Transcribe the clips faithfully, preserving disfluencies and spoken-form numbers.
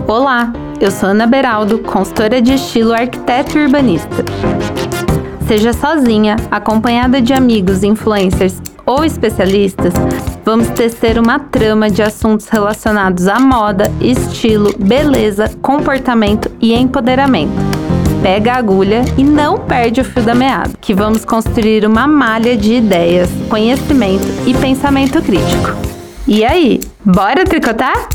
Olá, eu sou Ana Beraldo, consultora de estilo, arquiteta e urbanista. Seja sozinha, acompanhada de amigos, influencers ou especialistas, vamos tecer uma trama de assuntos relacionados à moda, estilo, beleza, comportamento e empoderamento. Pega a agulha e não perde o fio da meada, que vamos construir uma malha de ideias, conhecimento e pensamento crítico. E aí, bora tricotar?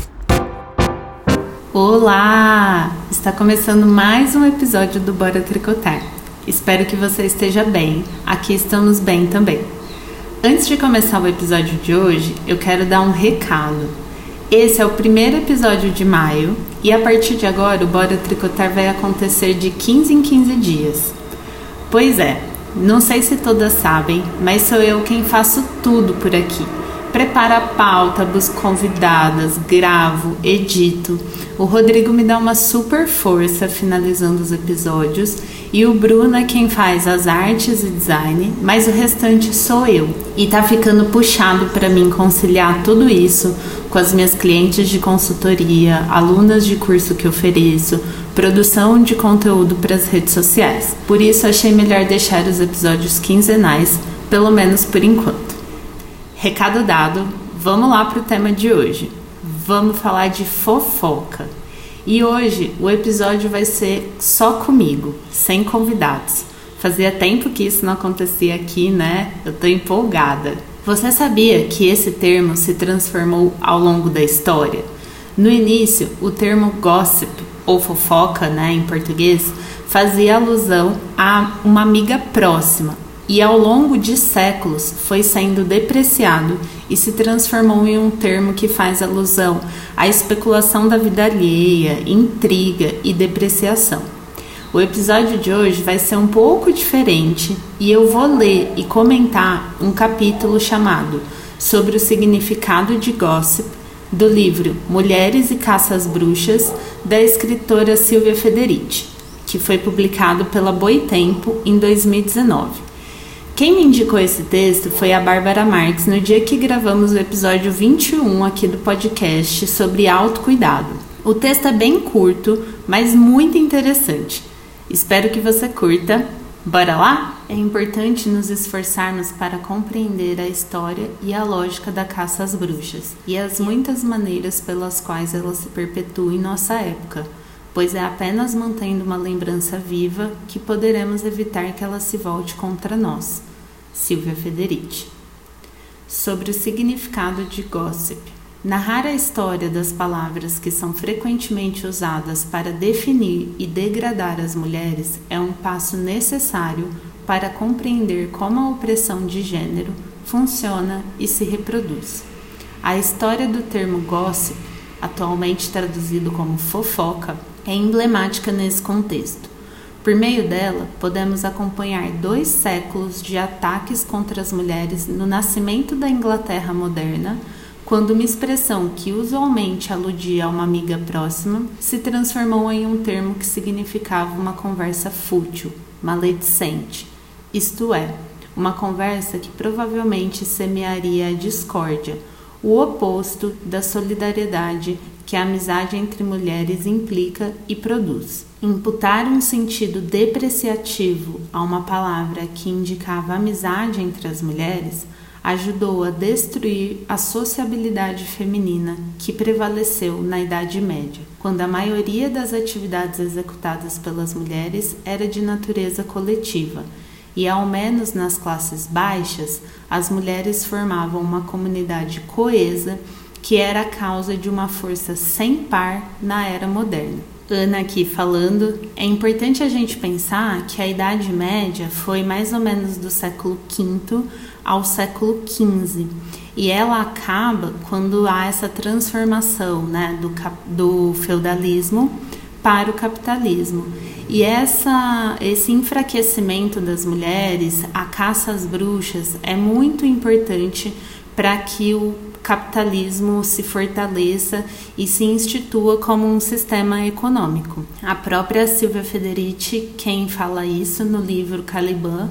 Olá! Está começando mais um episódio do Bora Tricotar. Espero que você esteja bem. Aqui estamos bem também. Antes de começar o episódio de hoje, eu quero dar um recado. Esse é o primeiro episódio de maio e a partir de agora o Bora Tricotar vai acontecer de quinze em quinze dias. Pois é, não sei se todas sabem, mas sou eu quem faço tudo por aqui. Preparo a pauta, busco convidadas, gravo, edito. O Rodrigo me dá uma super força finalizando os episódios e o Bruno é quem faz as artes e design, mas o restante sou eu. E tá ficando puxado para mim conciliar tudo isso com as minhas clientes de consultoria, alunas de curso que ofereço, produção de conteúdo para as redes sociais. Por isso achei melhor deixar os episódios quinzenais, pelo menos por enquanto. Recado dado, vamos lá para o tema de hoje. Vamos falar de fofoca. E hoje o episódio vai ser só comigo, sem convidados. Fazia tempo que isso não acontecia aqui, né? Eu tô empolgada. Você sabia que esse termo se transformou ao longo da história? No início, o termo gossip, ou fofoca, né, em português, fazia alusão a uma amiga próxima. E ao longo de séculos foi sendo depreciado e se transformou em um termo que faz alusão à especulação da vida alheia, intriga e depreciação. O episódio de hoje vai ser um pouco diferente e eu vou ler e comentar um capítulo chamado Sobre o Significado de Gossip, do livro Mulheres e Caça às Bruxas, da escritora Silvia Federici, que foi publicado pela Boitempo em dois mil e dezenove. Quem me indicou esse texto foi a Bárbara Marques no dia que gravamos o episódio vinte e um aqui do podcast sobre autocuidado. O texto é bem curto, mas muito interessante. Espero que você curta. Bora lá? É importante nos esforçarmos para compreender a história e a lógica da caça às bruxas e as muitas maneiras pelas quais ela se perpetua em nossa época, pois é apenas mantendo uma lembrança viva que poderemos evitar que ela se volte contra nós. Silvia Federici. Sobre o significado de gossip. Narrar a história das palavras que são frequentemente usadas para definir e degradar as mulheres é um passo necessário para compreender como a opressão de gênero funciona e se reproduz. A história do termo gossip, atualmente traduzido como fofoca, é emblemática nesse contexto. Por meio dela, podemos acompanhar dois séculos de ataques contra as mulheres no nascimento da Inglaterra moderna, quando uma expressão que usualmente aludia a uma amiga próxima se transformou em um termo que significava uma conversa fútil, maledicente, isto é, uma conversa que provavelmente semearia a discórdia, o oposto da solidariedade que a amizade entre mulheres implica e produz. Imputar um sentido depreciativo a uma palavra que indicava amizade entre as mulheres ajudou a destruir a sociabilidade feminina que prevaleceu na Idade Média, quando a maioria das atividades executadas pelas mulheres era de natureza coletiva, e ao menos nas classes baixas, as mulheres formavam uma comunidade coesa que era a causa de uma força sem par na era moderna. Ana aqui falando, é importante a gente pensar que a Idade Média foi mais ou menos do século quinto ao século quinze, e ela acaba quando há essa transformação, né, do, do feudalismo para o capitalismo. E essa, esse enfraquecimento das mulheres, a caça às bruxas, é muito importante para que o capitalismo se fortaleça e se institua como um sistema econômico. A própria Silvia Federici, quem fala isso no livro Caliban,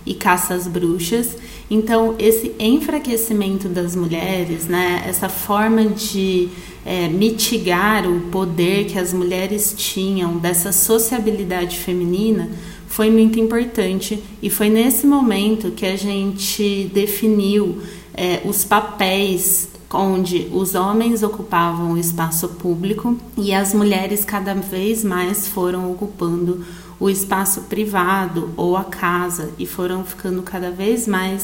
e caça às bruxas. Então, esse enfraquecimento das mulheres, né, essa forma de é, mitigar o poder que as mulheres tinham dessa sociabilidade feminina foi muito importante, e foi nesse momento que a gente definiu é, os papéis onde os homens ocupavam o espaço público e as mulheres cada vez mais foram ocupando o espaço privado ou a casa e foram ficando cada vez mais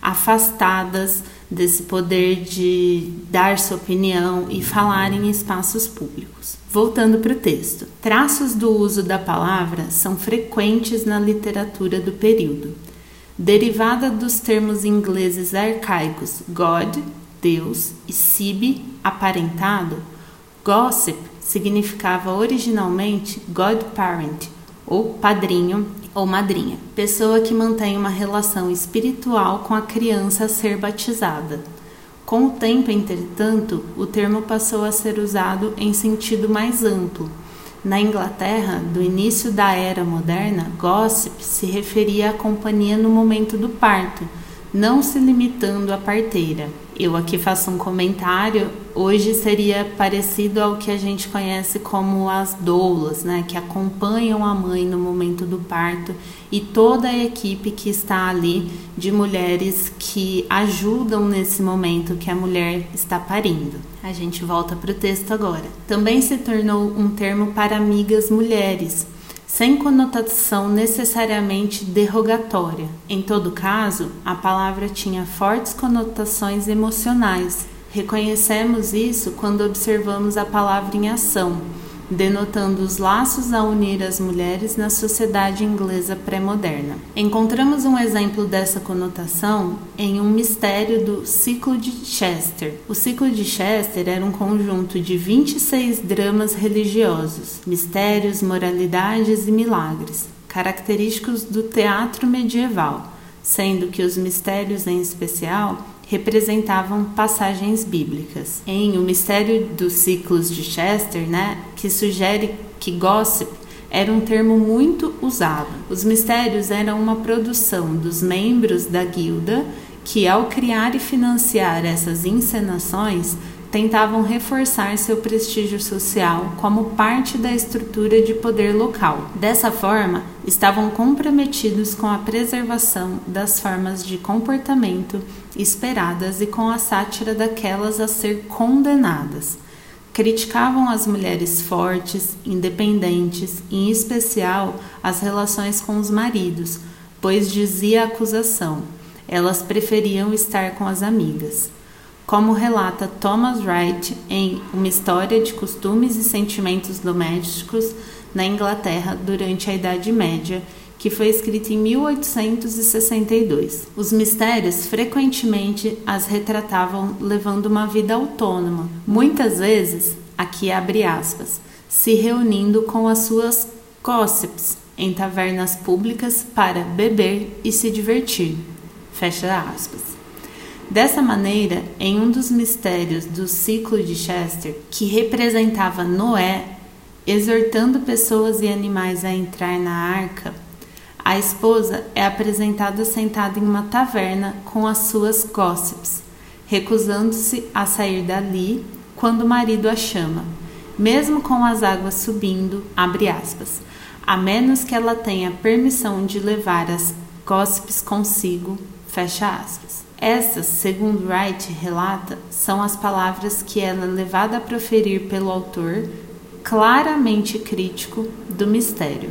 afastadas desse poder de dar sua opinião e falar em espaços públicos. Voltando para o texto. Traços do uso da palavra são frequentes na literatura do período. Derivada dos termos ingleses arcaicos God, Deus, e Sibe, aparentado, gossip significava originalmente godparent, ou padrinho ou madrinha, pessoa que mantém uma relação espiritual com a criança a ser batizada. Com o tempo, entretanto, o termo passou a ser usado em sentido mais amplo. Na Inglaterra, do início da Era Moderna, gossip se referia à companhia no momento do parto, não se limitando à parteira. Eu aqui faço um comentário, hoje seria parecido ao que a gente conhece como as doulas, né, que acompanham a mãe no momento do parto, e toda a equipe que está ali de mulheres que ajudam nesse momento que a mulher está parindo. A gente volta para o texto agora. Também se tornou um termo para amigas mulheres, sem conotação necessariamente derrogatória. Em todo caso, a palavra tinha fortes conotações emocionais. Reconhecemos isso quando observamos a palavra em ação, denotando os laços a unir as mulheres na sociedade inglesa pré-moderna. Encontramos um exemplo dessa conotação em um mistério do Ciclo de Chester. O Ciclo de Chester era um conjunto de vinte e seis dramas religiosos, mistérios, moralidades e milagres, característicos do teatro medieval, sendo que os mistérios em especial representavam passagens bíblicas. Em O Mistério dos Ciclos de Chester, né, que sugere que gossip era um termo muito usado. Os mistérios eram uma produção dos membros da guilda que, ao criar e financiar essas encenações, tentavam reforçar seu prestígio social como parte da estrutura de poder local. Dessa forma, estavam comprometidos com a preservação das formas de comportamento esperadas e com a sátira daquelas a ser condenadas. Criticavam as mulheres fortes, independentes, e em especial as relações com os maridos, pois dizia a acusação, elas preferiam estar com as amigas. Como relata Thomas Wright em Uma História de Costumes e Sentimentos Domésticos na Inglaterra durante a Idade Média, que foi escrito em mil oitocentos e sessenta e dois. Os mistérios frequentemente as retratavam levando uma vida autônoma, muitas vezes, aqui abre aspas, se reunindo com as suas gossips em tavernas públicas para beber e se divertir, fecha aspas. Dessa maneira, em um dos mistérios do Ciclo de Chester, que representava Noé exortando pessoas e animais a entrar na arca, a esposa é apresentada sentada em uma taverna com as suas gossips, recusando-se a sair dali quando o marido a chama, mesmo com as águas subindo, abre aspas, a menos que ela tenha permissão de levar as gossips consigo, fecha aspas. Essas, segundo Wright relata, são as palavras que ela é levada a proferir pelo autor, claramente crítico do mistério.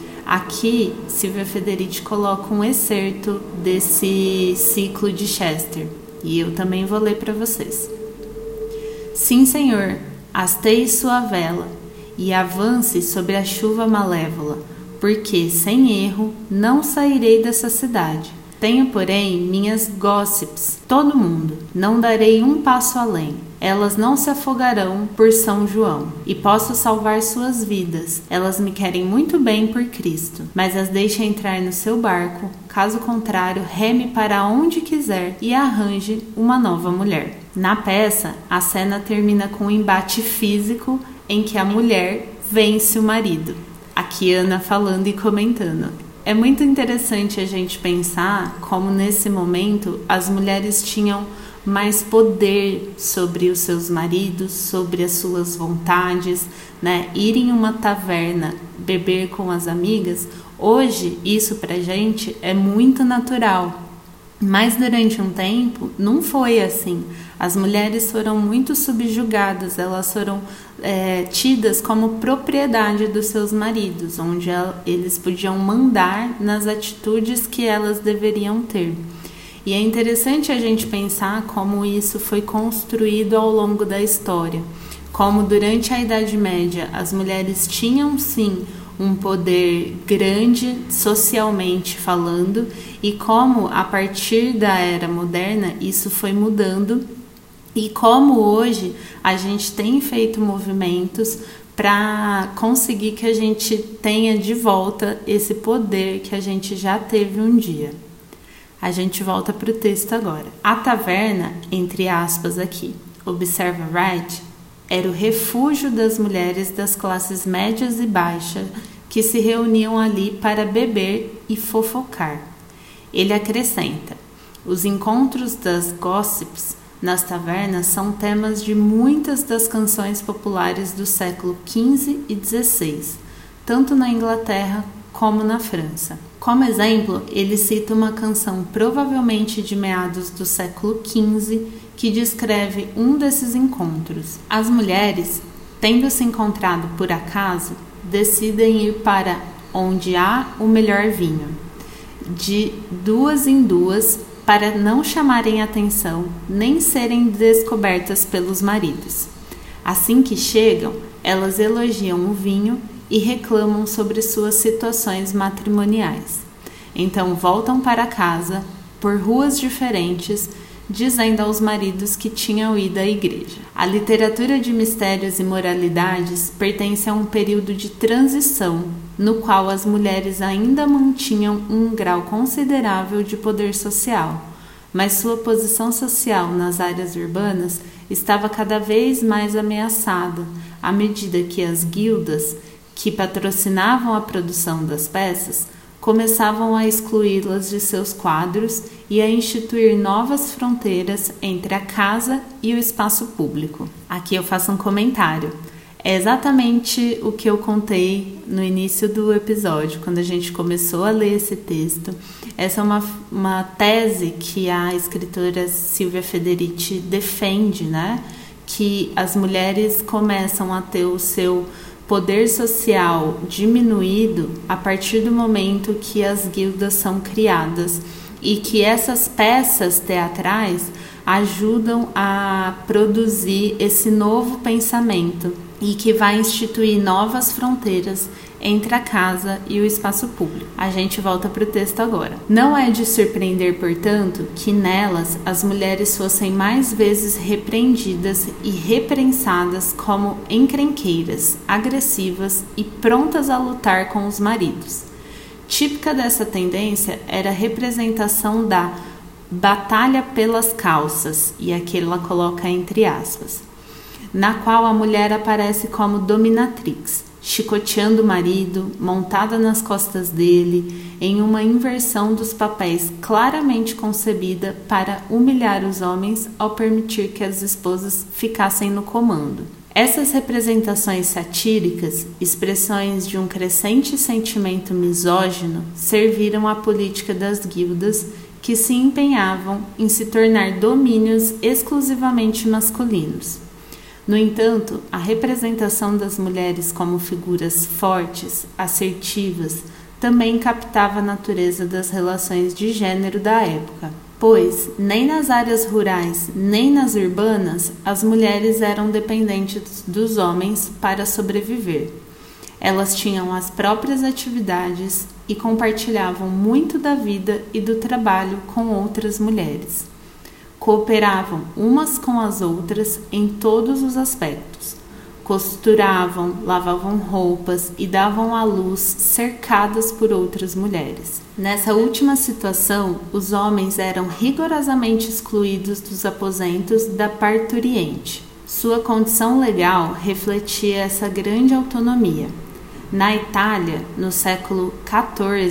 Aqui, Silvia Federici coloca um excerto desse Ciclo de Chester, e eu também vou ler para vocês. Sim, senhor, hasteie sua vela, e avance sobre a chuva malévola, porque, sem erro, não sairei dessa cidade. Tenho, porém, minhas gossips, todo mundo, não darei um passo além. Elas não se afogarão por São João, e posso salvar suas vidas. Elas me querem muito bem por Cristo, mas as deixe entrar no seu barco, caso contrário, reme para onde quiser e arranje uma nova mulher. Na peça, a cena termina com um embate físico em que a mulher vence o marido. Aqui Ana falando e comentando. É muito interessante a gente pensar como nesse momento as mulheres tinham mais poder sobre os seus maridos, sobre as suas vontades, né? Ir em uma taverna, beber com as amigas, hoje isso pra gente é muito natural. Mas durante um tempo não foi assim. As mulheres foram muito subjugadas, elas foram é, tidas como propriedade dos seus maridos, onde eles podiam mandar nas atitudes que elas deveriam ter. E é interessante a gente pensar como isso foi construído ao longo da história. Como durante a Idade Média as mulheres tinham sim um poder grande socialmente falando, e como a partir da era moderna isso foi mudando, e como hoje a gente tem feito movimentos para conseguir que a gente tenha de volta esse poder que a gente já teve um dia. A gente volta para o texto agora. A taverna, entre aspas aqui, observa Wright, era o refúgio das mulheres das classes médias e baixas que se reuniam ali para beber e fofocar. Ele acrescenta: os encontros das gossips nas tavernas são temas de muitas das canções populares do século quinze e dezesseis, tanto na Inglaterra como na França. Como exemplo, ele cita uma canção provavelmente de meados do século quinze que descreve um desses encontros. As mulheres, tendo se encontrado por acaso, decidem ir para onde há o melhor vinho, de duas em duas, para não chamarem atenção nem serem descobertas pelos maridos. Assim que chegam, elas elogiam o vinho e reclamam sobre suas situações matrimoniais. Então voltam para casa, por ruas diferentes, dizendo aos maridos que tinham ido à igreja. A literatura de mistérios e moralidades pertence a um período de transição, no qual as mulheres ainda mantinham um grau considerável de poder social, mas sua posição social nas áreas urbanas estava cada vez mais ameaçada, à medida que as guildas, que patrocinavam a produção das peças, começavam a excluí-las de seus quadros e a instituir novas fronteiras entre a casa e o espaço público. Aqui eu faço um comentário. É exatamente o que eu contei no início do episódio, quando a gente começou a ler esse texto. Essa é uma, uma tese que a escritora Silvia Federici defende, né? Que as mulheres começam a ter o seu poder social diminuído a partir do momento que as guildas são criadas, e que essas peças teatrais ajudam a produzir esse novo pensamento e que vai instituir novas fronteiras entre a casa e o espaço público. A gente volta para o texto agora. Não é de surpreender, portanto, que nelas as mulheres fossem mais vezes repreendidas e reprensadas como encrenqueiras, agressivas e prontas a lutar com os maridos. Típica dessa tendência era a representação da batalha pelas calças, e aqui ela coloca entre aspas, na qual a mulher aparece como dominatrix, chicoteando o marido, montada nas costas dele, em uma inversão dos papéis claramente concebida para humilhar os homens ao permitir que as esposas ficassem no comando. Essas representações satíricas, expressões de um crescente sentimento misógino, serviram à política das guildas, que se empenhavam em se tornar domínios exclusivamente masculinos. No entanto, a representação das mulheres como figuras fortes, assertivas, também captava a natureza das relações de gênero da época, pois nem nas áreas rurais nem nas urbanas as mulheres eram dependentes dos homens para sobreviver. Elas tinham as próprias atividades e compartilhavam muito da vida e do trabalho com outras mulheres. Cooperavam umas com as outras em todos os aspectos. Costuravam, lavavam roupas e davam à luz cercadas por outras mulheres. Nessa última situação, os homens eram rigorosamente excluídos dos aposentos da parturiente. Sua condição legal refletia essa grande autonomia. Na Itália, no século quatorze,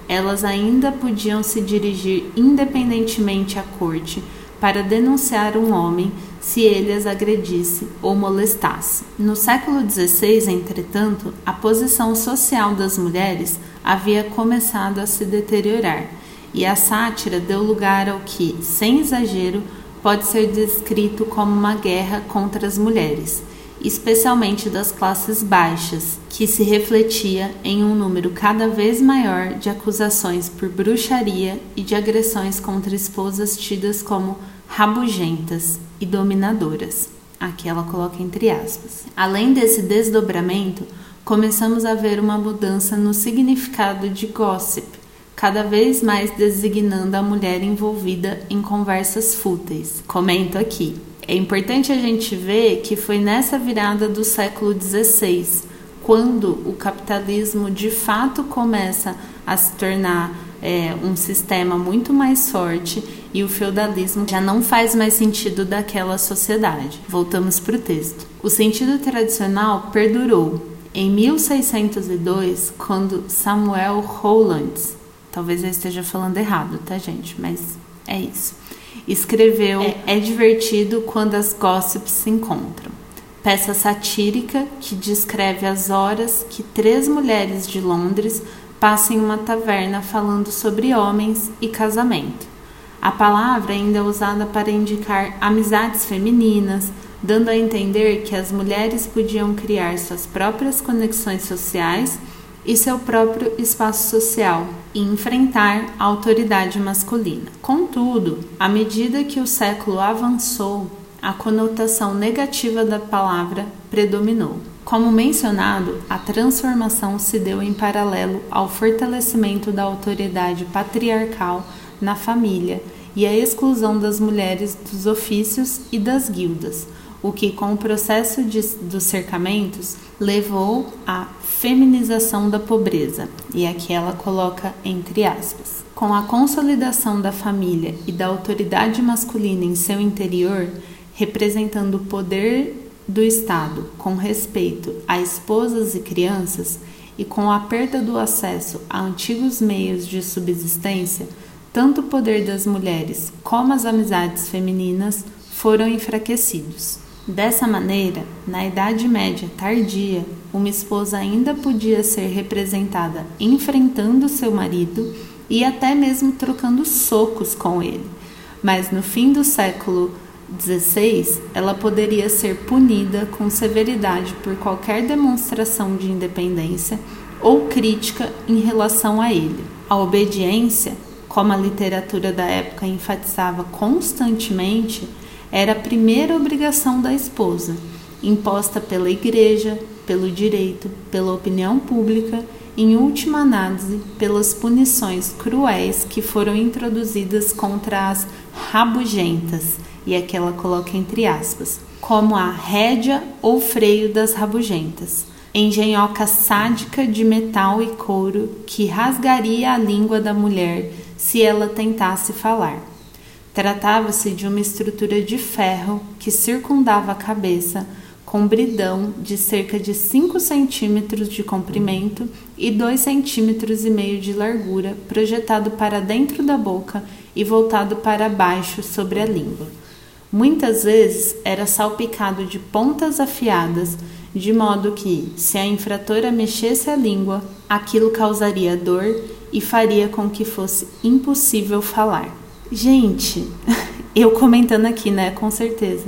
elas ainda podiam se dirigir independentemente à corte para denunciar um homem se ele as agredisse ou molestasse. No século dezesseis, entretanto, a posição social das mulheres havia começado a se deteriorar, e a sátira deu lugar ao que, sem exagero, pode ser descrito como uma guerra contra as mulheres, especialmente das classes baixas, que se refletia em um número cada vez maior de acusações por bruxaria e de agressões contra esposas tidas como rabugentas e dominadoras. Aqui ela coloca entre aspas. Além desse desdobramento, começamos a ver uma mudança no significado de gossip, cada vez mais designando a mulher envolvida em conversas fúteis. Comento aqui. É importante a gente ver que foi nessa virada do século dezesseis, quando o capitalismo de fato começa a se tornar é, um sistema muito mais forte e o feudalismo já não faz mais sentido daquela sociedade. Voltamos para o texto. O sentido tradicional perdurou. Em mil seiscentos e dois, quando Samuel Rowlands, talvez eu esteja falando errado, tá, gente? Mas é isso. Escreveu é, é divertido quando as gossips se encontram. Peça satírica que descreve as horas que três mulheres de Londres passam em uma taverna falando sobre homens e casamento. A palavra ainda é usada para indicar amizades femininas, dando a entender que as mulheres podiam criar suas próprias conexões sociais e seu próprio espaço social e enfrentar a autoridade masculina. Contudo, à medida que o século avançou, a conotação negativa da palavra predominou. Como mencionado, a transformação se deu em paralelo ao fortalecimento da autoridade patriarcal na família e a exclusão das mulheres dos ofícios e das guildas, o que, com o processo de, dos cercamentos, levou à feminização da pobreza, e aqui ela coloca entre aspas. Com a consolidação da família e da autoridade masculina em seu interior, representando o poder do Estado com respeito a esposas e crianças, e com a perda do acesso a antigos meios de subsistência, tanto o poder das mulheres como as amizades femininas foram enfraquecidos. Dessa maneira, na Idade Média tardia, uma esposa ainda podia ser representada enfrentando seu marido e até mesmo trocando socos com ele, mas no fim do século dezesseis, ela poderia ser punida com severidade por qualquer demonstração de independência ou crítica em relação a ele. A obediência, como a literatura da época enfatizava constantemente, era a primeira obrigação da esposa, imposta pela igreja, pelo direito, pela opinião pública e, em última análise, pelas punições cruéis que foram introduzidas contra as rabugentas, e aqui ela coloca entre aspas, como a rédea ou freio das rabugentas, engenhoca sádica de metal e couro que rasgaria a língua da mulher se ela tentasse falar. Tratava-se de uma estrutura de ferro que circundava a cabeça, com bridão de cerca de cinco centímetros de comprimento e dois centímetros e meio de largura, projetado para dentro da boca e voltado para baixo sobre a língua. Muitas vezes era salpicado de pontas afiadas, de modo que, se a infratora mexesse a língua, aquilo causaria dor e faria com que fosse impossível falar. Gente, eu comentando aqui, né, com certeza.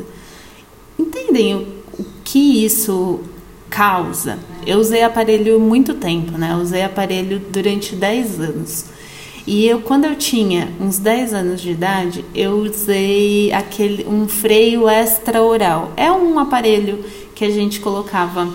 Entendem o, o que isso causa? Eu usei aparelho muito tempo, né? Eu usei aparelho durante dez anos. E eu, quando eu tinha uns dez anos de idade, eu usei aquele, um freio extraoral. É um aparelho que a gente colocava,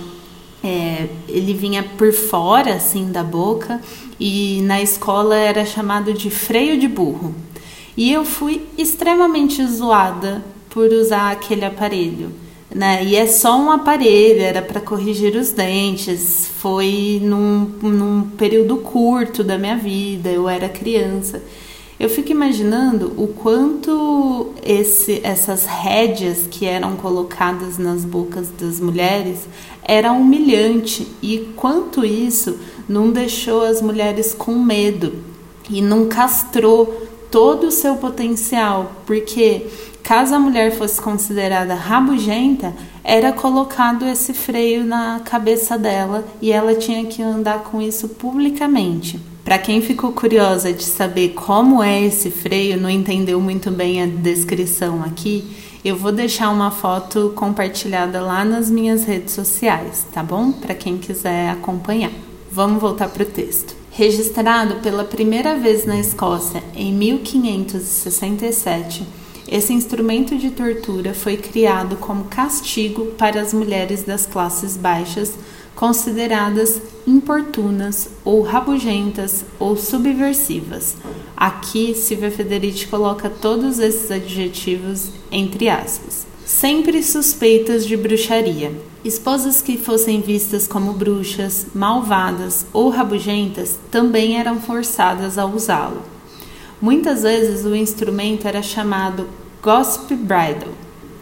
é, ele vinha por fora, assim, da boca, e na escola era chamado de freio de burro. E eu fui extremamente zoada por usar aquele aparelho, né? E é só um aparelho, era para corrigir os dentes, foi num, num período curto da minha vida, eu era criança. Eu fico imaginando o quanto esse, essas rédeas que eram colocadas nas bocas das mulheres era humilhante e quanto isso não deixou as mulheres com medo e não castrou todo o seu potencial, porque caso a mulher fosse considerada rabugenta, era colocado esse freio na cabeça dela e ela tinha que andar com isso publicamente. Para quem ficou curiosa de saber como é esse freio, não entendeu muito bem a descrição aqui, eu vou deixar uma foto compartilhada lá nas minhas redes sociais, tá bom? Para quem quiser acompanhar. Vamos voltar para o texto. Registrado pela primeira vez na Escócia em mil quinhentos e sessenta e sete, esse instrumento de tortura foi criado como castigo para as mulheres das classes baixas consideradas importunas ou rabugentas ou subversivas. Aqui, Silvia Federici coloca todos esses adjetivos entre aspas. Sempre suspeitas de bruxaria. Esposas que fossem vistas como bruxas, malvadas ou rabugentas também eram forçadas a usá-lo. Muitas vezes o instrumento era chamado Gossip Bridle,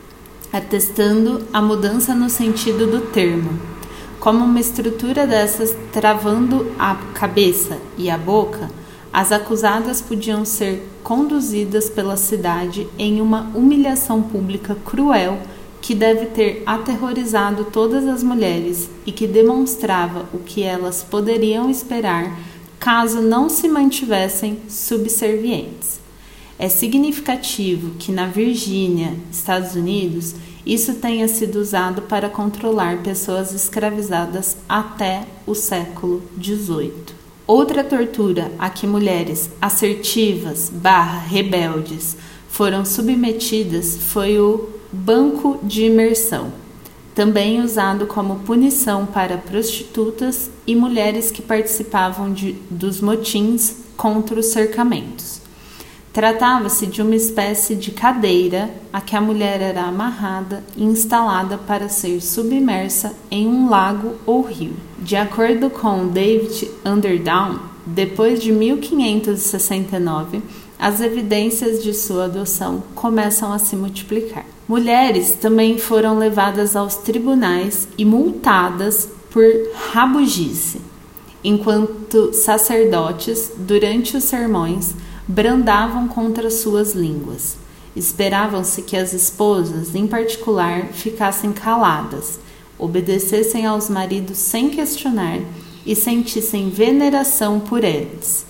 atestando a mudança no sentido do termo. Como uma estrutura dessas travando a cabeça e a boca, as acusadas podiam ser conduzidas pela cidade em uma humilhação pública cruel que deve ter aterrorizado todas as mulheres e que demonstrava o que elas poderiam esperar caso não se mantivessem subservientes. É significativo que na Virgínia, Estados Unidos, isso tenha sido usado para controlar pessoas escravizadas até o século dezoito. Outra tortura a que mulheres assertivas barra rebeldes foram submetidas foi o banco de imersão, também usado como punição para prostitutas e mulheres que participavam de, dos motins contra os cercamentos. Tratava-se de uma espécie de cadeira a que a mulher era amarrada e instalada para ser submersa em um lago ou rio. De acordo com David Underdown, depois de mil quinhentos e sessenta e nove, as evidências de sua adoção começam a se multiplicar. Mulheres também foram levadas aos tribunais e multadas por rabugice, enquanto sacerdotes, durante os sermões, brandavam contra suas línguas. Esperavam-se que as esposas, em particular, ficassem caladas, obedecessem aos maridos sem questionar e sentissem veneração por eles.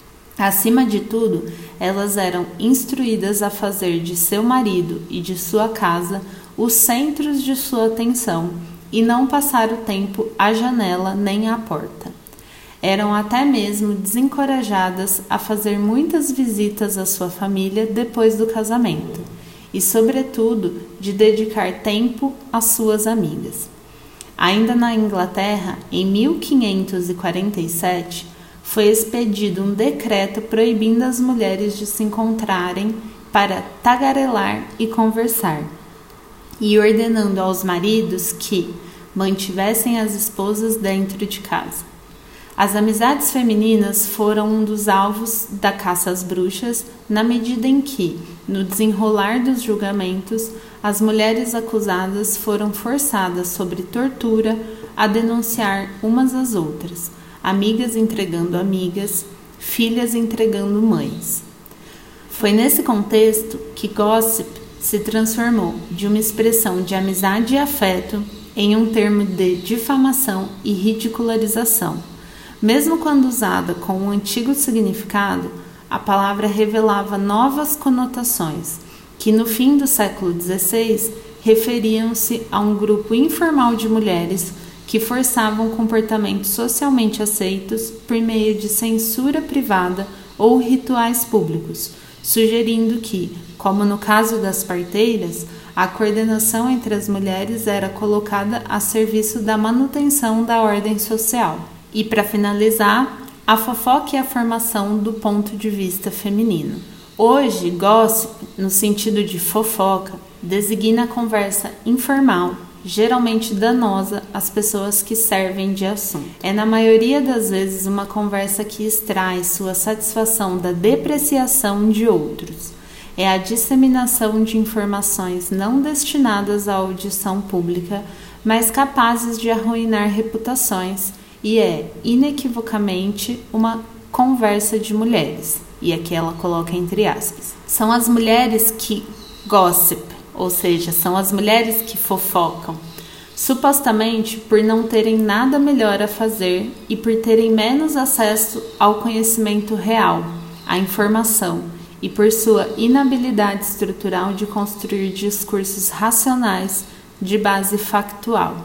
Acima de tudo, elas eram instruídas a fazer de seu marido e de sua casa os centros de sua atenção e não passar o tempo à janela nem à porta. Eram até mesmo desencorajadas a fazer muitas visitas à sua família depois do casamento e, sobretudo, de dedicar tempo às suas amigas. Ainda na Inglaterra, em mil quinhentos e quarenta e sete, foi expedido um decreto proibindo as mulheres de se encontrarem para tagarelar e conversar, e ordenando aos maridos que mantivessem as esposas dentro de casa. As amizades femininas foram um dos alvos da caça às bruxas, na medida em que, no desenrolar dos julgamentos, as mulheres acusadas foram forçadas, sob tortura, a denunciar umas às outras, amigas entregando amigas, filhas entregando mães. Foi nesse contexto que gossip se transformou de uma expressão de amizade e afeto em um termo de difamação e ridicularização. Mesmo quando usada com o antigo significado, a palavra revelava novas conotações, que no fim do século dezesseis referiam-se a um grupo informal de mulheres que forçavam comportamentos socialmente aceitos por meio de censura privada ou rituais públicos, sugerindo que, como no caso das parteiras, a coordenação entre as mulheres era colocada a serviço da manutenção da ordem social. E, para finalizar, a fofoca e a formação do ponto de vista feminino. Hoje, gossip, no sentido de fofoca, designa a conversa informal, geralmente danosa às pessoas que servem de assunto. É, na maioria das vezes, uma conversa que extrai sua satisfação da depreciação de outros. É a disseminação de informações não destinadas à audição pública, mas capazes de arruinar reputações, e é, inequivocamente, uma conversa de mulheres. E aqui ela coloca entre aspas. São as mulheres que gossip, ou seja, são as mulheres que fofocam, supostamente por não terem nada melhor a fazer e por terem menos acesso ao conhecimento real, à informação, e por sua inabilidade estrutural de construir discursos racionais de base factual.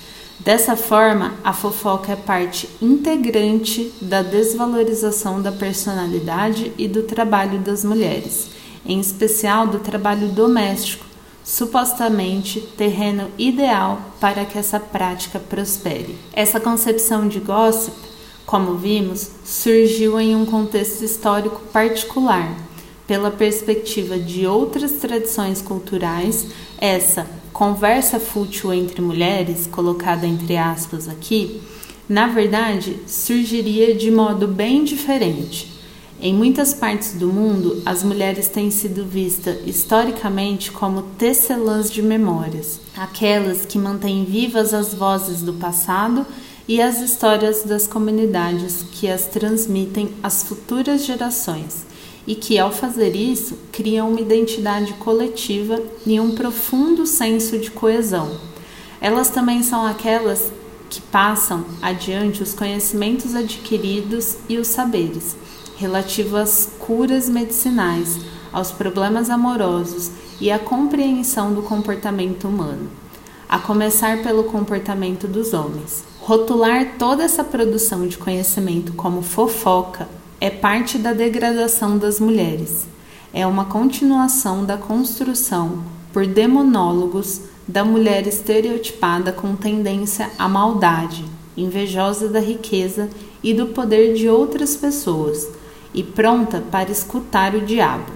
Dessa forma, a fofoca é parte integrante da desvalorização da personalidade e do trabalho das mulheres, em especial do trabalho doméstico, supostamente terreno ideal para que essa prática prospere. Essa concepção de gossip, como vimos, surgiu em um contexto histórico particular. Pela perspectiva de outras tradições culturais, essa conversa fútil entre mulheres, colocada entre aspas aqui, na verdade surgiria de modo bem diferente. Em muitas partes do mundo, as mulheres têm sido vistas historicamente como tecelãs de memórias, aquelas que mantêm vivas as vozes do passado e as histórias das comunidades que as transmitem às futuras gerações, e que, ao fazer isso, criam uma identidade coletiva e um profundo senso de coesão. Elas também são aquelas que passam adiante os conhecimentos adquiridos e os saberes, relativos às curas medicinais, aos problemas amorosos e à compreensão do comportamento humano, a começar pelo comportamento dos homens. Rotular toda essa produção de conhecimento como fofoca é parte da degradação das mulheres. É uma continuação da construção, por demonólogos, da mulher estereotipada com tendência à maldade, invejosa da riqueza e do poder de outras pessoas, e pronta para escutar o diabo.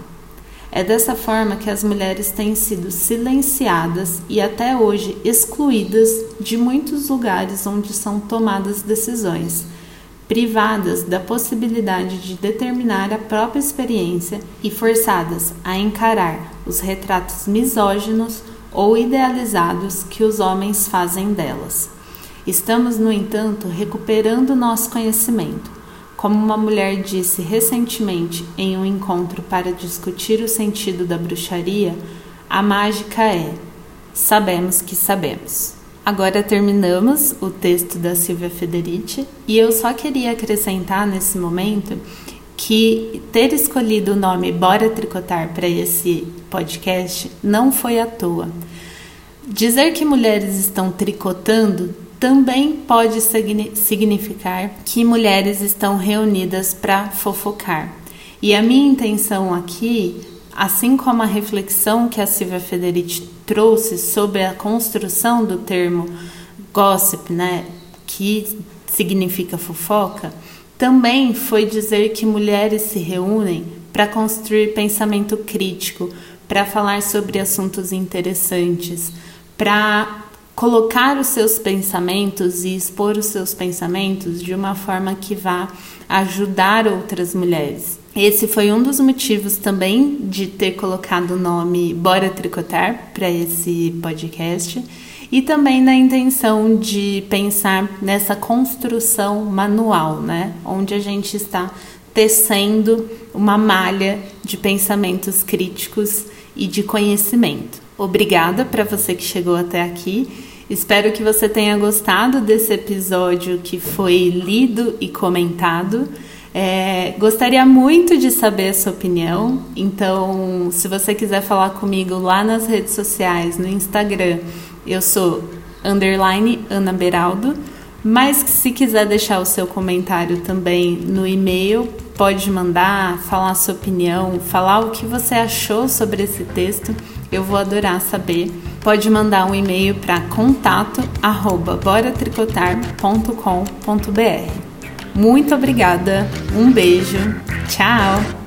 É dessa forma que as mulheres têm sido silenciadas e até hoje excluídas de muitos lugares onde são tomadas decisões, privadas da possibilidade de determinar a própria experiência e forçadas a encarar os retratos misóginos ou idealizados que os homens fazem delas. Estamos, no entanto, recuperando nosso conhecimento. Como uma mulher disse recentemente em um encontro para discutir o sentido da bruxaria, a mágica é: sabemos que sabemos. Agora terminamos o texto da Silvia Federici e eu só queria acrescentar nesse momento que ter escolhido o nome Bora Tricotar para esse podcast não foi à toa. Dizer que mulheres estão tricotando também pode significar que mulheres estão reunidas para fofocar. E a minha intenção aqui, assim como a reflexão que a Silvia Federici trouxe sobre a construção do termo gossip, né, que significa fofoca, também foi dizer que mulheres se reúnem para construir pensamento crítico, para falar sobre assuntos interessantes, para colocar os seus pensamentos e expor os seus pensamentos de uma forma que vá ajudar outras mulheres. Esse foi um dos motivos também de ter colocado o nome Bora Tricotar para esse podcast e também na intenção de pensar nessa construção manual, né? Onde a gente está tecendo uma malha de pensamentos críticos e de conhecimento. Obrigada para você que chegou até aqui. Espero que você tenha gostado desse episódio que foi lido e comentado. É, gostaria muito de saber a sua opinião, então se você quiser falar comigo lá nas redes sociais, no Instagram, eu sou underline Ana Beraldo, mas se quiser deixar o seu comentário também no e-mail, pode mandar, falar a sua opinião, falar o que você achou sobre esse texto, eu vou adorar saber. Pode mandar um e-mail para contato arroba bora tricotar ponto com ponto br. Muito obrigada, um beijo, tchau!